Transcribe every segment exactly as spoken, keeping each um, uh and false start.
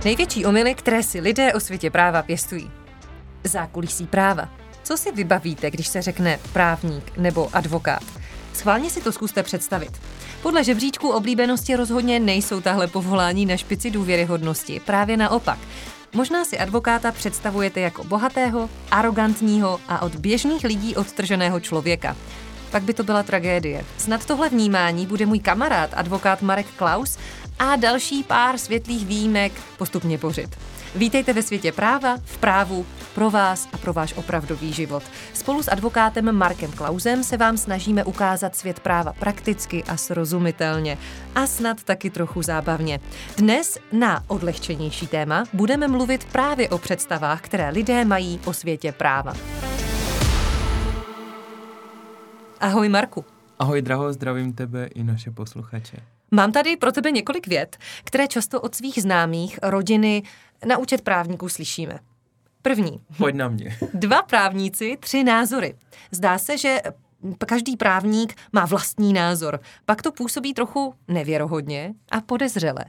Největší omyly, které si lidé o světě práva pěstují. Zákulisí práva. Co si vybavíte, když se řekne právník nebo advokát? Schválně si to zkuste představit. Podle žebříčku oblíbenosti rozhodně nejsou tahle povolání na špici důvěryhodnosti, právě naopak. Možná si advokáta představujete jako bohatého, arogantního a od běžných lidí odtrženého člověka. Pak by to byla tragédie. Snad tohle vnímání bude můj kamarád, advokát Marek Klaus, a další pár světlých výjimek postupně bořit. Vítejte ve světě práva, v právu, pro vás a pro váš opravdový život. Spolu s advokátem Markem Klausem se vám snažíme ukázat svět práva prakticky a srozumitelně. A snad taky trochu zábavně. Dnes na odlehčenější téma budeme mluvit právě o představách, které lidé mají o světě práva. Ahoj Marku. Ahoj Draho, zdravím tebe i naše posluchače. Mám tady pro tebe několik vět, které často od svých známých, rodiny, na účet právníků slyšíme. První. Pojď na mě. Dva právníci, tři názory. Zdá se, že každý právník má vlastní názor. Pak to působí trochu nevěrohodně a podezřele.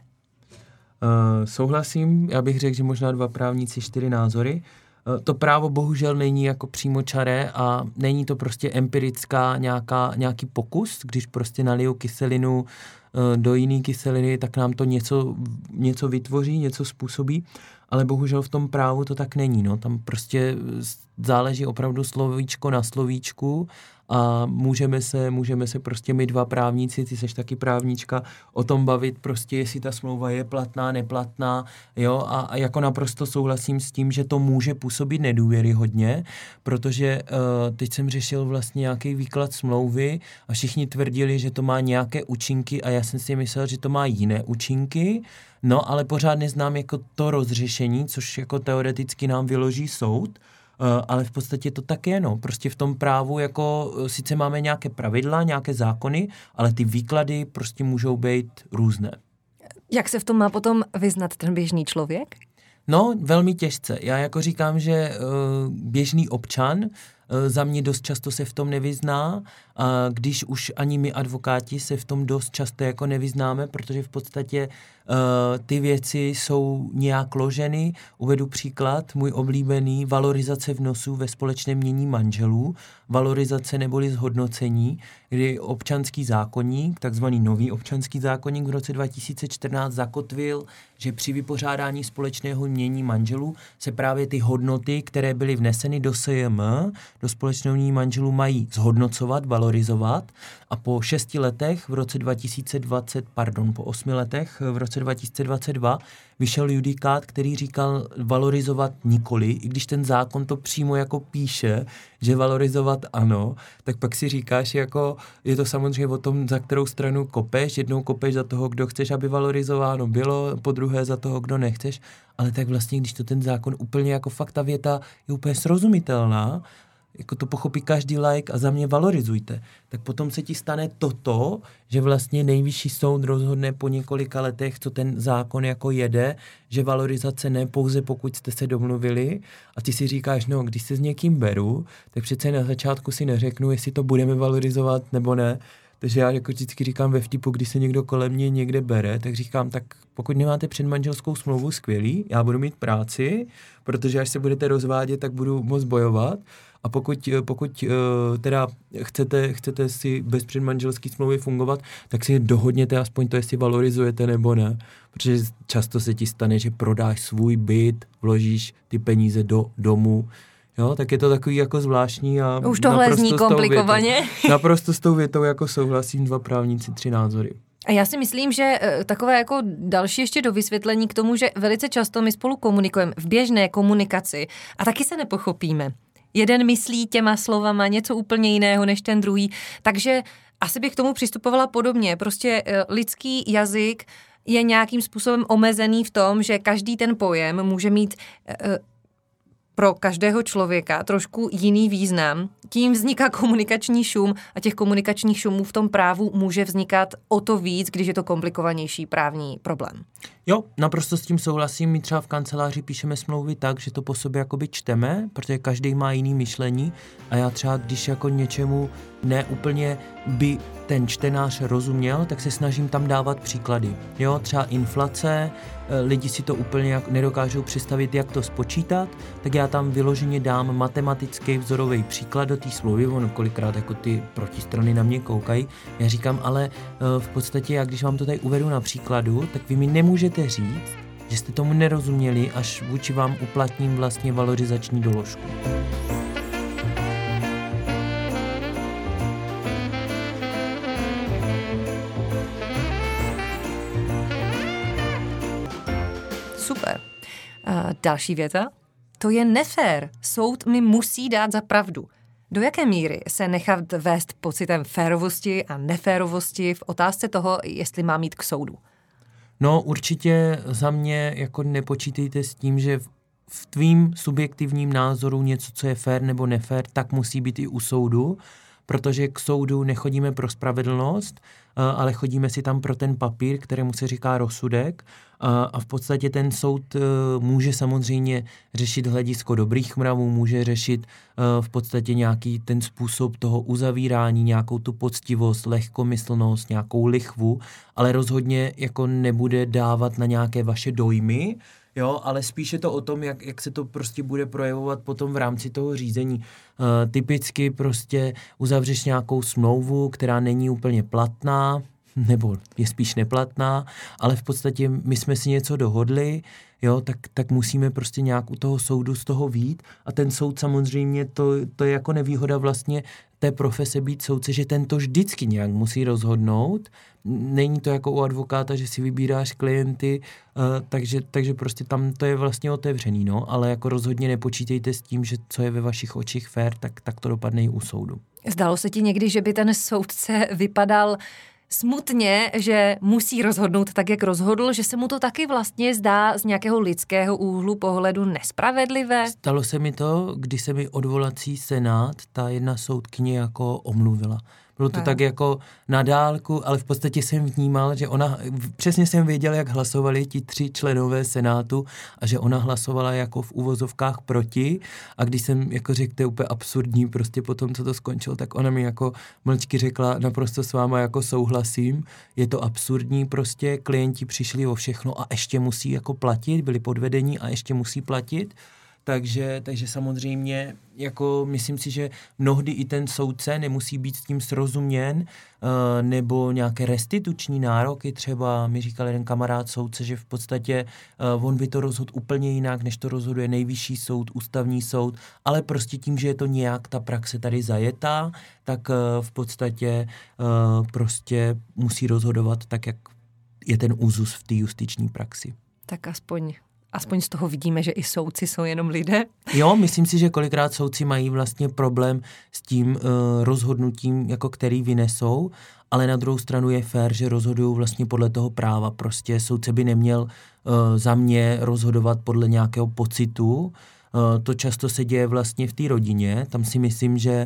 Uh, souhlasím, já bych řekl, že možná dva právníci, čtyři názory. Uh, to právo bohužel není jako přímočaré a není to prostě empirická nějaká, nějaký pokus, když prostě naliju kyselinu do jiné kyseliny, tak nám to něco, něco vytvoří, něco způsobí, ale bohužel v tom právu to tak není. No. Tam prostě záleží opravdu slovíčko na slovíčku a můžeme se, můžeme se prostě my dva právníci, ty seš taky právnička, o tom bavit prostě, jestli ta smlouva je platná, neplatná, jo, a, a jako naprosto souhlasím s tím, že to může působit nedůvěryhodně, protože uh, teď jsem řešil vlastně nějaký výklad smlouvy a všichni tvrdili, že to má nějaké účinky a já jsem si myslel, že to má jiné účinky, no, ale pořád neznám jako to rozřešení, což jako teoreticky nám vyloží soud. Uh, ale v podstatě to tak je, no. Prostě v tom právu jako sice máme nějaké pravidla, nějaké zákony, ale ty výklady prostě můžou být různé. Jak se v tom má potom vyznat ten běžný člověk? No, velmi těžce. Já jako říkám, že uh, běžný občan uh, za mě dost často se v tom nevyzná, a když už ani my advokáti se v tom dost často jako nevyznáme, protože v podstatě uh, ty věci jsou nějak loženy. Uvedu příklad, můj oblíbený, valorizace vnosů ve společném jmění manželů, valorizace neboli zhodnocení, kdy občanský zákoník, takzvaný nový občanský zákoník v roce dva tisíce čtrnáct zakotvil, že při vypořádání společného jmění manželů se právě ty hodnoty, které byly vneseny do S J M, do společného jmění manželů, mají zhodnocovat, valorizovat, a po šesti letech v roce dva tisíce dvacet, pardon, po osmi letech v roce dva tisíce dvacet dva vyšel judikát, který říkal valorizovat nikoli, i když ten zákon to přímo jako píše, že valorizovat ano, tak pak si říkáš, jako je to samozřejmě o tom, za kterou stranu kopeš, jednou kopeš za toho, kdo chceš, aby valorizováno bylo, po druhé za toho, kdo nechceš, ale tak vlastně, když to ten zákon úplně jako fakt ta věta je úplně srozumitelná, jako to pochopí každý laik a za mě valorizujte, tak potom se ti stane toto, že vlastně nejvyšší soud rozhodne po několika letech, co ten zákon jako jede, že valorizace ne pouze pokud jste se domluvili a ty si říkáš, no, když se s někým beru, tak přece na začátku si neřeknu, jestli to budeme valorizovat nebo ne. Takže já jako vždycky říkám ve vtipu, když se někdo kolem mě někde bere, tak říkám, tak pokud nemáte předmanželskou smlouvu, skvělý, já budu mít práci, protože až se budete rozvádět, tak budu moc bojovat. A pokud, pokud teda chcete, chcete si bez předmanželské smlouvy fungovat, tak si dohodněte aspoň to, jestli valorizujete nebo ne. Protože často se ti stane, že prodáš svůj byt, vložíš ty peníze do domu, jo, tak je to takový jako zvláštní a už tohle zní komplikovaně. Větou, naprosto s tou větou jako souhlasím, dva právníci, tři názory. A já si myslím, že takové jako další ještě do vysvětlení k tomu, že velice často my spolu komunikujeme v běžné komunikaci a taky se nepochopíme. Jeden myslí těma slovama něco úplně jiného než ten druhý, takže asi bych k tomu přistupovala podobně. Prostě lidský jazyk je nějakým způsobem omezený v tom, že každý ten pojem může mít pro každého člověka trošku jiný význam. Tím vzniká komunikační šum a těch komunikačních šumů v tom právu může vznikat o to víc, když je to komplikovanější právní problém. Jo, naprosto s tím souhlasím. My třeba v kanceláři píšeme smlouvy tak, že to po sobě jakoby čteme, protože každý má jiný myšlení a já třeba, když jako něčemu neúplně by ten čtenář rozuměl, tak se snažím tam dávat příklady. Jo, třeba inflace, lidi si to úplně jak nedokážou představit, jak to spočítat, tak já tam vyloženě dám matematický vzorový příklad do té smlouvy, ono kolikrát jako ty protistrany na mě koukají. Já říkám, ale v podstatě, já když vám to tady uvedu na příkladu, tak vy mi nemůžete říct, že jste tomu nerozuměli, až vůči vám uplatním vlastně valorizační doložku. Super. A další věta. To je nefér. Soud mi musí dát za pravdu. Do jaké míry se nechat vést pocitem férovosti a neférovosti v otázce toho, jestli mám jít k soudu? No určitě za mě jako nepočítejte s tím, že v tvým subjektivním názoru něco, co je fér nebo nefér, tak musí být i u soudu, protože k soudu nechodíme pro spravedlnost, ale chodíme si tam pro ten papír, kterému se říká rozsudek a v podstatě ten soud může samozřejmě řešit hledisko dobrých mravů, může řešit v podstatě nějaký ten způsob toho uzavírání, nějakou tu poctivost, lehkomyslnost, nějakou lichvu, ale rozhodně jako nebude dávat na nějaké vaše dojmy, jo, ale spíše to o tom, jak, jak se to prostě bude projevovat potom v rámci toho řízení. Uh, typicky prostě uzavřeš nějakou smlouvu, která není úplně platná, nebo je spíš neplatná, ale v podstatě my jsme si něco dohodli, jo, tak, tak musíme prostě nějak u toho soudu z toho vyjít a ten soud samozřejmě, to, to je jako nevýhoda vlastně té profese být soudce, že ten to vždycky nějak musí rozhodnout. Není to jako u advokáta, že si vybíráš klienty, uh, takže, takže prostě tam to je vlastně otevřený, no, ale jako rozhodně nepočítejte s tím, že co je ve vašich očích fér, tak, tak to dopadne i u soudu. Zdálo se ti někdy, že by ten soudce vypadal smutně, že musí rozhodnout tak, jak rozhodl, že se mu to taky vlastně zdá z nějakého lidského úhlu pohledu nespravedlivé? Stalo se mi to, když se mi odvolací senát, ta jedna soudkyně jako omluvila. Bylo to Aha. tak jako na dálku, ale v podstatě jsem vnímal, že ona, přesně jsem věděl, jak hlasovali ti tři členové senátu a že ona hlasovala jako v uvozovkách proti a když jsem jako řekl, to je úplně absurdní, prostě po tom, co to skončilo, tak ona mi jako mlčky řekla, naprosto s váma jako souhlasím, je to absurdní, prostě klienti přišli o všechno a ještě musí jako platit, byli podvedení a ještě musí platit. Takže, takže samozřejmě jako myslím si, že mnohdy i ten soudce nemusí být s tím srozuměn, uh, nebo nějaké restituční nároky, třeba mi říkal jeden kamarád soudce, že v podstatě uh, on by to rozhodl úplně jinak, než to rozhoduje nejvyšší soud, ústavní soud, ale prostě tím, že je to nějak ta praxe tady zajetá, tak uh, v podstatě uh, prostě musí rozhodovat tak, jak je ten úzus v té justiční praxi. Tak aspoň Aspoň z toho vidíme, že i soudci jsou jenom lidé. Jo, myslím si, že kolikrát soudci mají vlastně problém s tím uh, rozhodnutím, jako který vynesou, ale na druhou stranu je fér, že rozhodují vlastně podle toho práva. Prostě soudce by neměl uh, za mě rozhodovat podle nějakého pocitu. Uh, to často se děje vlastně v té rodině. Tam si myslím, že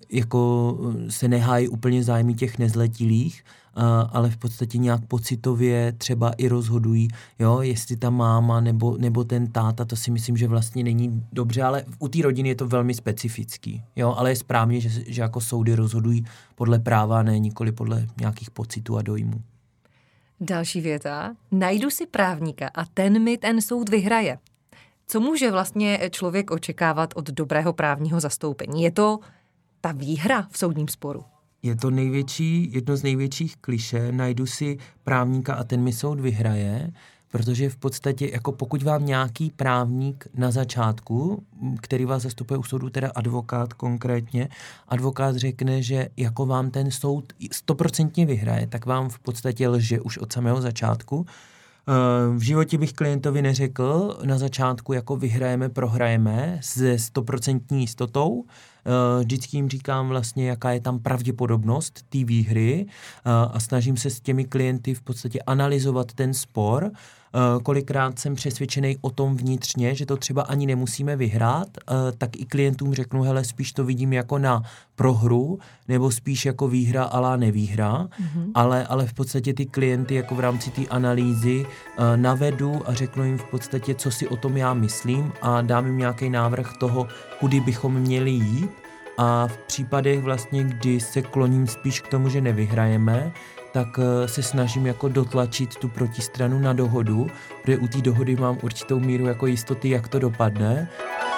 jako se nehájí úplně zájmy těch nezletilých, Uh, ale v podstatě nějak pocitově třeba i rozhodují, jo, jestli ta máma nebo, nebo ten táta, to si myslím, že vlastně není dobře, ale u té rodiny je to velmi specifický, jo, ale je správně, že, že jako soudy rozhodují podle práva, ne nikoli podle nějakých pocitů a dojmů. Další věta. Najdu si právníka a ten mi ten soud vyhraje. Co může vlastně člověk očekávat od dobrého právního zastoupení? Je to ta výhra v soudním sporu? Je to největší, jedno z největších klišé, najdu si právníka a ten mi soud vyhraje, protože v podstatě, jako pokud vám nějaký právník na začátku, který vás zastupuje u soudu, teda advokát konkrétně, advokát řekne, že jako vám ten soud stoprocentně vyhraje, tak vám v podstatě lže už od samého začátku. V životě bych klientovi neřekl na začátku, jako vyhrajeme, prohrajeme se stoprocentní jistotou. Vždycky jim říkám vlastně, jaká je tam pravděpodobnost té výhry a snažím se s těmi klienty v podstatě analyzovat ten spor. kolikrát jsem přesvědčený o tom vnitřně, že to třeba ani nemusíme vyhrát, tak i klientům řeknu, hele, spíš to vidím jako na prohru, nebo spíš jako výhra alá nevýhra, mm-hmm. ale, ale v podstatě ty klienty jako v rámci té analýzy navedu a řeknu jim v podstatě, co si o tom já myslím a dám jim nějaký návrh toho, kudy bychom měli jít. A v případech vlastně, kdy se kloním spíš k tomu, že nevyhrajeme, tak se snažím jako dotlačit tu protistranu na dohodu, protože u té dohody mám určitou míru jako jistoty, jak to dopadne.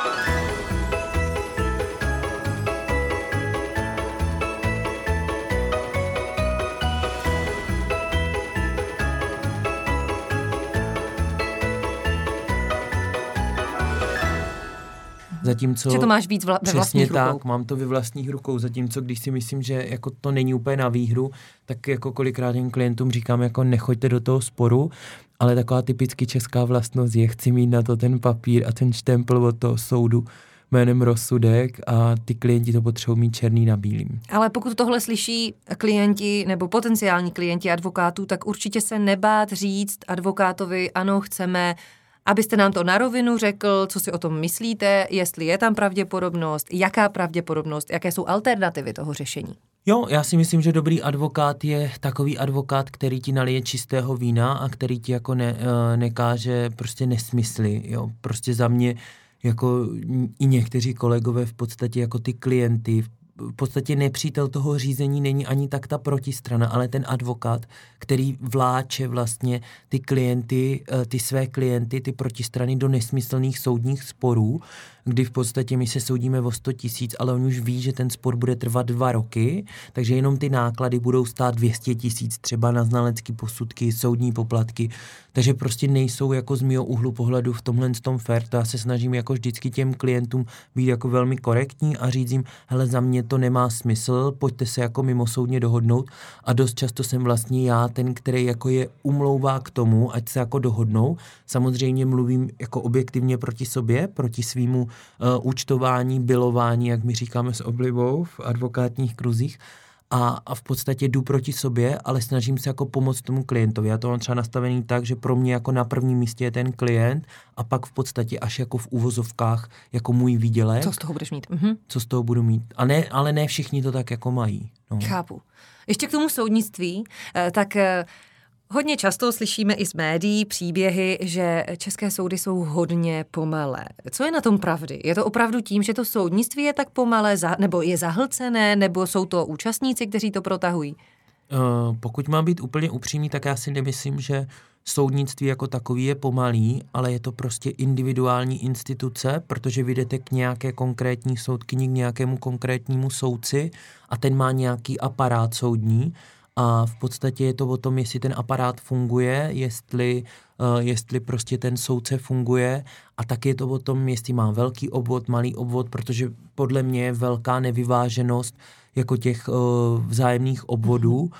Zatímco, že to máš víc vla- ve vlastních tak, rukou. Mám to ve vlastních rukou, zatímco když si myslím, že jako to není úplně na výhru, tak jako kolikrát těm klientům říkám, jako nechoďte do toho sporu, ale taková typicky česká vlastnost je, chci mít na to ten papír a ten štempl od toho soudu jménem rozsudek a ty klienti to potřebují mít černý na bílým. Ale pokud tohle slyší klienti nebo potenciální klienti advokátů, tak určitě se nebát říct advokátovi, ano, chceme, abyste nám to na rovinu řekl, co si o tom myslíte, jestli je tam pravděpodobnost, jaká pravděpodobnost, jaké jsou alternativy toho řešení. Jo, já si myslím, že dobrý advokát je takový advokát, který ti nalije čistého vína a který ti jako ne, nekáže prostě nesmysly. Jo. Prostě za mě jako i někteří kolegové v podstatě jako ty klienty, v podstatě nepřítel toho řízení není ani tak ta protistrana, ale ten advokát, který vláče vlastně ty klienty, ty své klienty, ty protistrany do nesmyslných soudních sporů, kdy v podstatě my se soudíme o sto tisíc, ale on už ví, že ten spor bude trvat dva roky, takže jenom ty náklady budou stát dvě stě tisíc třeba na znalecké posudky, soudní poplatky, takže prostě nejsou jako z mýho úhlu pohledu v tomhle tom fair. To já se snažím jako vždycky těm klientům být jako velmi korektní a říct jim, hele, za mě to nemá smysl, pojďte se jako mimosoudně dohodnout a dost často jsem vlastně já ten, který jako je umlouvá k tomu, ať se jako dohodnou. Samozřejmě mluvím jako objektivně proti sobě, proti svýmu uh, účtování, bilování, jak my říkáme s oblibou v advokátních kruzích a, a v podstatě jdu proti sobě, ale snažím se jako pomoct tomu klientovi. Já to mám třeba nastavený tak, že pro mě jako na prvním místě je ten klient a pak v podstatě až jako v uvozovkách jako můj výdělek. Co z toho budeš mít? Mhm. Co z toho budu mít. A ne, ale ne všichni to tak jako mají. No. Chápu. Ještě k tomu soudnictví, tak hodně často slyšíme i z médií příběhy, že české soudy jsou hodně pomalé. Co je na tom pravdy? Je to opravdu tím, že to soudnictví je tak pomalé, nebo je zahlcené, nebo jsou to účastníci, kteří to protahují? Uh, pokud mám být úplně upřímný, tak já si nemyslím, že soudnictví jako takový je pomalý, ale je to prostě individuální instituce, protože vy jdete k nějaké konkrétní soudkyni, k nějakému konkrétnímu soudci a ten má nějaký aparát soudní a v podstatě je to o tom, jestli ten aparát funguje, jestli, uh, jestli prostě ten soudce funguje a taky je to o tom, jestli má velký obvod, malý obvod, protože podle mě je velká nevyváženost jako těch uh, vzájemných obvodů.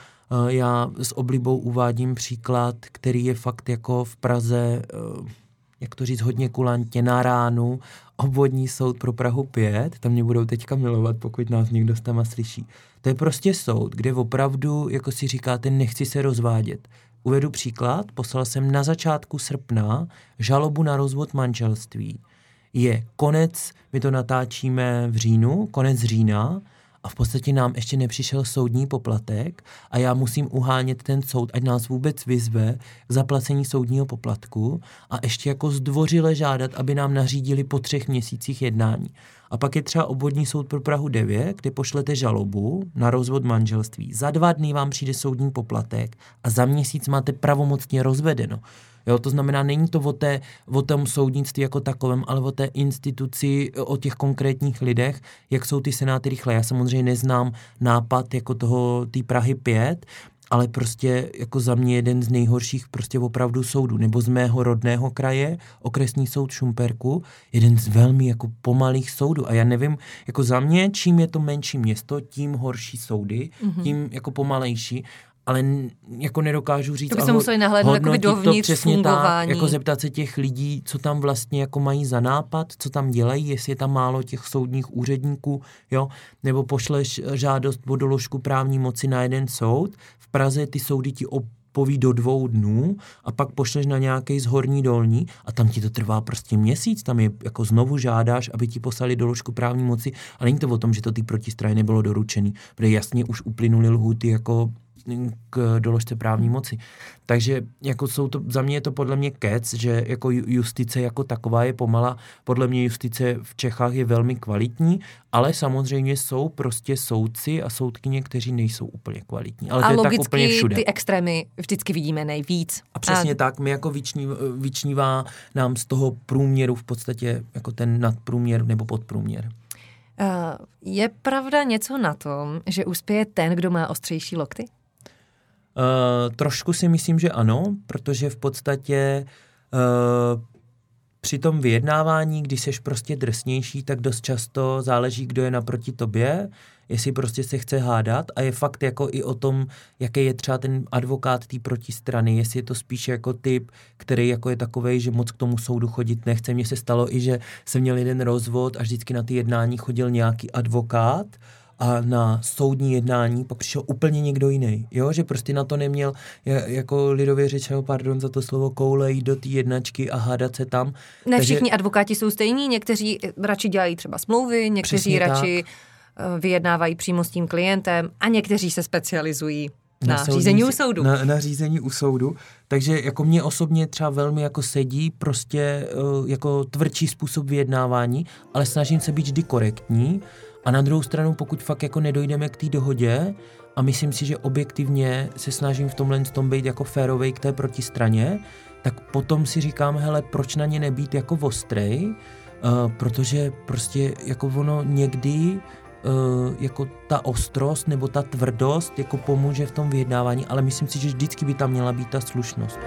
Já s oblibou uvádím příklad, který je fakt jako v Praze, jak to říct, hodně kulantně na ránu, obvodní soud pro Prahu pět, tam mě budou teďka milovat, pokud nás někdo z tam slyší. To je prostě soud, kde opravdu, jako si říkáte, nechci se rozvádět. Uvedu příklad, poslal jsem na začátku srpna žalobu na rozvod manželství. Je konec, my to natáčíme v říjnu, konec října, a v podstatě nám ještě nepřišel soudní poplatek a já musím uhánět ten soud, ať nás vůbec vyzve k zaplacení soudního poplatku a ještě jako zdvořile žádat, aby nám nařídili po třech měsících jednání. A pak je třeba obvodní soud pro Prahu devět, kde pošlete žalobu na rozvod manželství. Za dva dny vám přijde soudní poplatek a za měsíc máte pravomocně rozvedeno. Jo, to znamená, není to o, té, o tom soudnictví jako takovém, ale o té instituci, o těch konkrétních lidech, jak jsou ty senáty rychle. Já samozřejmě neznám nápad jako toho, té Prahy pět, ale prostě jako za mě jeden z nejhorších prostě opravdu soudů. Nebo z mého rodného kraje, okresní soud Šumperku, jeden z velmi jako pomalých soudů. A já nevím, jako za mě, čím je to menší město, tím horší soudy, mm-hmm. tím jako pomalejší. Ale jako nedokážu říct, to bychom museli nahlédnout dovnitř to přesně fungování. Tak, jako zeptat se těch lidí, co tam vlastně jako mají za nápad, co tam dělají, jestli je tam málo těch soudních úředníků, jo, nebo pošleš žádost o doložku právní moci na jeden soud. V Praze ty soudy ti poví do dvou dnů a pak pošleš na nějaký zhorní dolní a tam ti to trvá prostě měsíc, tam je jako znovu žádáš, aby ti poslali doložku právní moci a není to o tom, že to ty protistraně nebylo doručený, protože jasně už uplynuly lhůty jako k doložce právní moci. Takže jako jsou to, za mě je to podle mě kec, že jako justice jako taková je pomalá. Podle mě justice v Čechách je velmi kvalitní, ale samozřejmě jsou prostě soudci a soudkyně, kteří nejsou úplně kvalitní. Ale a to je logicky tak úplně všude. Ty extrémy vždycky vidíme nejvíc. A přesně a... tak, my jako vyčnív, vyčnívá nám z toho průměru v podstatě jako ten nadprůměr nebo podprůměr. Uh, je pravda něco na tom, že uspěje ten, kdo má ostřejší lokty? Uh, trošku si myslím, že ano, protože v podstatě uh, při tom vyjednávání, když seš prostě drsnější, tak dost často záleží, kdo je naproti tobě, jestli prostě se chce hádat a je fakt jako i o tom, jaký je třeba ten advokát té protistrany, jestli je to spíš jako typ, který jako je takovej, že moc k tomu soudu chodit nechce. Mně se stalo i, že jsem měl jeden rozvod a vždycky na ty jednání chodil nějaký advokát, a na soudní jednání pak přišel úplně někdo jiný, jo, že prostě na to neměl, jako lidově řečeno, pardon za to slovo, koule jít do té jednačky a hádat se tam. Ne Takže... všichni advokáti jsou stejní, někteří radši dělají třeba smlouvy, někteří Přesně radši tak. vyjednávají přímo s tím klientem a někteří se specializují na, na soudní, řízení u soudu. Na, na řízení u soudu, takže jako mě osobně třeba velmi jako sedí prostě jako tvrdší způsob vyjednávání, ale snažím se být vždy korektní. A na druhou stranu, pokud fakt jako nedojdeme k té dohodě a myslím si, že objektivně se snažím v tomhle tom být jako férovej k té protistraně, tak potom si říkám, hele, proč na ně nebýt jako ostrej, uh, protože prostě jako ono někdy uh, jako ta ostrost nebo ta tvrdost jako pomůže v tom vyjednávání, ale myslím si, že vždycky by tam měla být ta slušnost.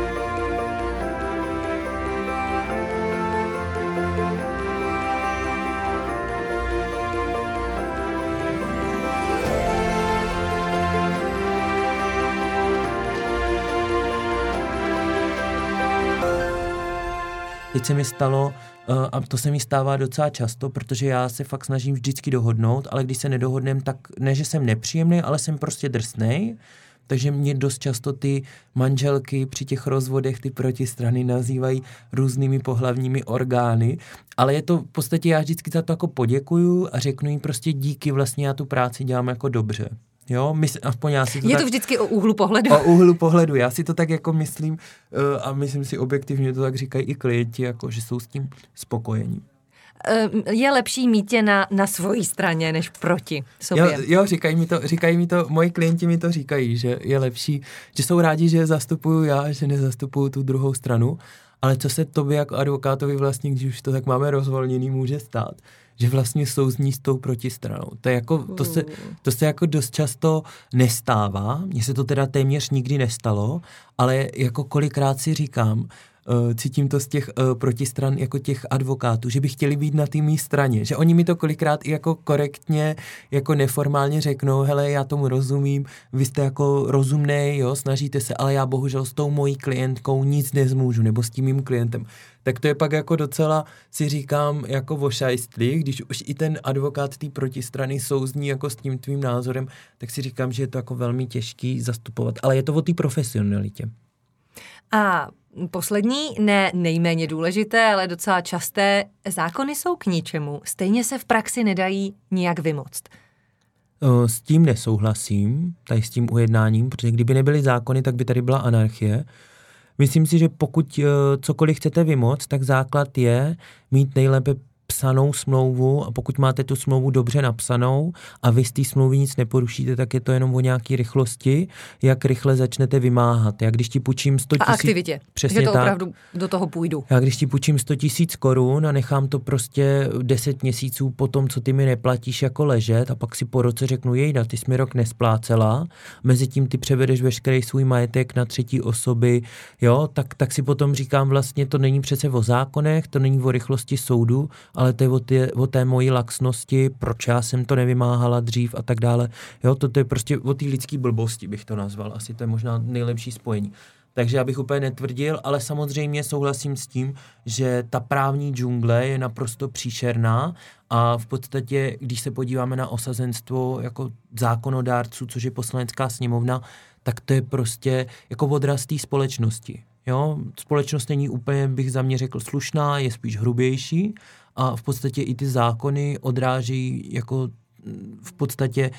Teď se mi stalo, a to se mi stává docela často, protože já se fakt snažím vždycky dohodnout, ale když se nedohodnem, tak ne, že jsem nepříjemný, ale jsem prostě drsnej, takže mě dost často ty manželky při těch rozvodech ty protistrany nazývají různými pohlavními orgány, ale je to v podstatě, já vždycky za to jako poděkuju a řeknu jim prostě díky, vlastně já tu práci dělám jako dobře. Jo, mysl, aspoň já si to Je tak, to vždycky o úhlu pohledu. O úhlu pohledu, já si to tak jako myslím uh, a myslím si objektivně, to tak říkají i klienti, jako, že jsou s tím spokojení. Je lepší mít tě na, na svojí straně, než proti sobě. Jo, jo říkají mi to, říkají mi to, moji klienti mi to říkají, že je lepší, že jsou rádi, že zastupuju já, že nezastupuju tu druhou stranu, ale co se tobě jako advokátovi vlastně, když už to tak máme rozvolněný, může stát, že vlastně souzní s tou protistranou. To, je jako, to, se, to se jako dost často nestává, mně se to teda téměř nikdy nestalo, ale jako kolikrát si říkám, uh, cítím to z těch uh, protistran jako těch advokátů, že by chtěli být na té mý straně, že oni mi to kolikrát i jako korektně, jako neformálně řeknou, hele, já tomu rozumím, vy jste jako rozumnej, jo, snažíte se, ale já bohužel s tou mojí klientkou nic nezmůžu, nebo s tím mým klientem. Tak to je pak jako docela, si říkám, jako vošajství, když už i ten advokát té protistrany souzní jako s tím tvým názorem, tak si říkám, že je to jako velmi těžký zastupovat. Ale je to o té profesionalitě. A poslední, ne nejméně důležité, ale docela časté, zákony jsou k ničemu. Stejně se v praxi nedají nijak vymoct. S tím nesouhlasím, tady s tím ujednáním, protože kdyby nebyly zákony, tak by tady byla anarchie. Myslím si, že pokud cokoliv chcete vymoct, tak základ je mít nejlépe psanou smlouvu a pokud máte tu smlouvu dobře napsanou a vy z té smlouvy nic neporušíte, tak je to jenom o nějaké rychlosti, jak rychle začnete vymáhat. Já když ti půjčím sto tisíc... A aktivitě, přesně že to tak, opravdu do toho půjdu. Já když ti půjčím sto tisíc korun a nechám to prostě deset měsíců po tom, co ty mi neplatíš, jako ležet a pak si po roce řeknu, jejda, ty jsi mi rok nesplácela, mezitím ty převedeš veškerý svůj majetek na třetí osoby, jo, tak, tak si potom říkám vlastně, to není přece o zákonech, to není o rychlosti soudu, ale to je o, tě, o té mojí laxnosti, proč já jsem to nevymáhala dřív a tak dále. Jo, to, to je prostě o té lidské blbosti, bych to nazval. Asi to je možná nejlepší spojení. Takže já bych úplně netvrdil, ale samozřejmě souhlasím s tím, že ta právní džungle je naprosto příšerná a v podstatě, když se podíváme na osazenstvo jako zákonodárců, což je Poslanecká sněmovna, tak to je prostě jako odraz té společnosti. Jo? Společnost není úplně, bych za mě řekl, slušná, je spíš hrubější a v podstatě i ty zákony odráží jako v podstatě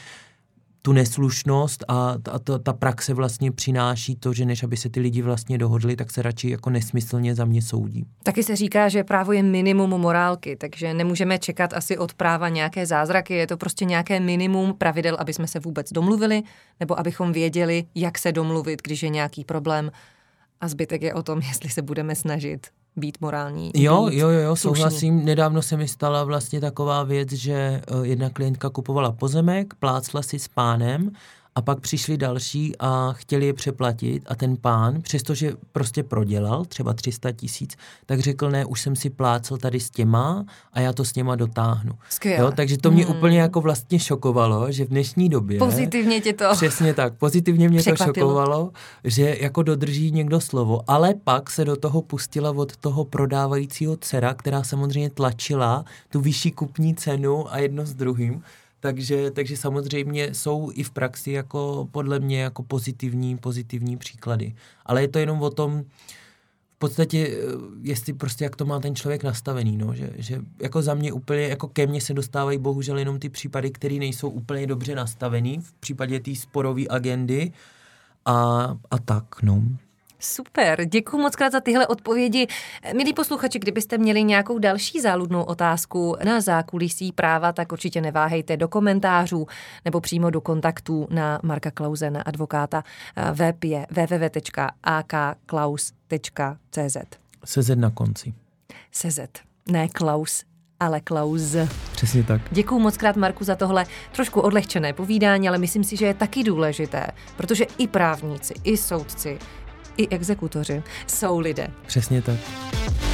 tu neslušnost a ta, ta, ta praxe vlastně přináší to, že než aby se ty lidi vlastně dohodli, tak se radši jako nesmyslně za mě soudí. Taky se říká, že právo je minimum morálky, takže nemůžeme čekat asi od práva nějaké zázraky, je to prostě nějaké minimum pravidel, aby jsme se vůbec domluvili, nebo abychom věděli, jak se domluvit, když je nějaký problém a zbytek je o tom, jestli se budeme snažit být morální. Jo, být jo, jo, slušný. souhlasím. Nedávno se mi stala vlastně taková věc, že jedna klientka kupovala pozemek, plácla si s pánem a pak přišli další a chtěli je přeplatit a ten pán, přestože prostě prodělal třeba tři sta tisíc, tak řekl, ne, už jsem si plácel tady s těma a já to s těma dotáhnu. Jo, takže to mě hmm. úplně jako vlastně šokovalo, že v dnešní době... Pozitivně tě to... Přesně tak, pozitivně mě překvapilo. To šokovalo, že jako dodrží někdo slovo, ale pak se do toho pustila od toho prodávajícího dcera, která samozřejmě tlačila tu vyšší kupní cenu a jedno s druhým. Takže, takže samozřejmě jsou i v praxi jako podle mě jako pozitivní, pozitivní příklady. Ale je to jenom o tom, v podstatě, jestli prostě jak to má ten člověk nastavený, no, že, že jako za mě úplně, jako ke mně se dostávají bohužel jenom ty případy, které nejsou úplně dobře nastavený v případě té sporové agendy a, a tak, no. Super, děkuji moc krát za tyhle odpovědi. Milí posluchači, kdybyste měli nějakou další záludnou otázku na zákulisí práva, tak určitě neváhejte do komentářů nebo přímo do kontaktů na Marka Klause, na advokáta. Web je w w w tečka a k klaus tečka c z. C Z na konci. C Z, ne Klaus, ale Klaus. Přesně tak. Děkuju moc krát, Marku, za tohle trošku odlehčené povídání, ale myslím si, že je taky důležité, protože i právníci, i soudci, i exekutoři jsou lidé. Přesně tak.